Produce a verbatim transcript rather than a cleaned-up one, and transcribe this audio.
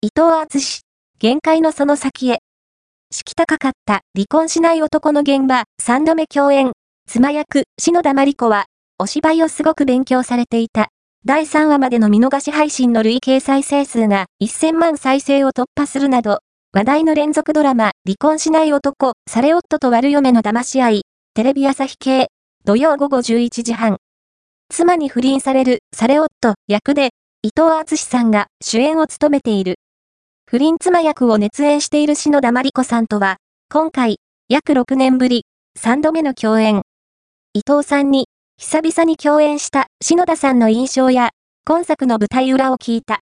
伊藤淳、限界のその先へ。士気高かった離婚しない男の現場さんどめ共演。妻役、篠田麻里子は、お芝居をすごく勉強されていた。だいさんわまでの見逃し配信の累計再生数がせんまん再生を突破するなど、話題の連続ドラマ、離婚しない男、され夫と悪嫁の騙し合い、テレビ朝日系、土曜午後じゅういちじはん。妻に不倫される、され夫、役で、伊藤淳さんが主演を務めている。不倫妻役を熱演している篠田麻里子さんとは、今回、約ろくねんぶり、さんどめの共演。伊藤さんに、久々に共演した篠田さんの印象や、今作の舞台裏を聞いた。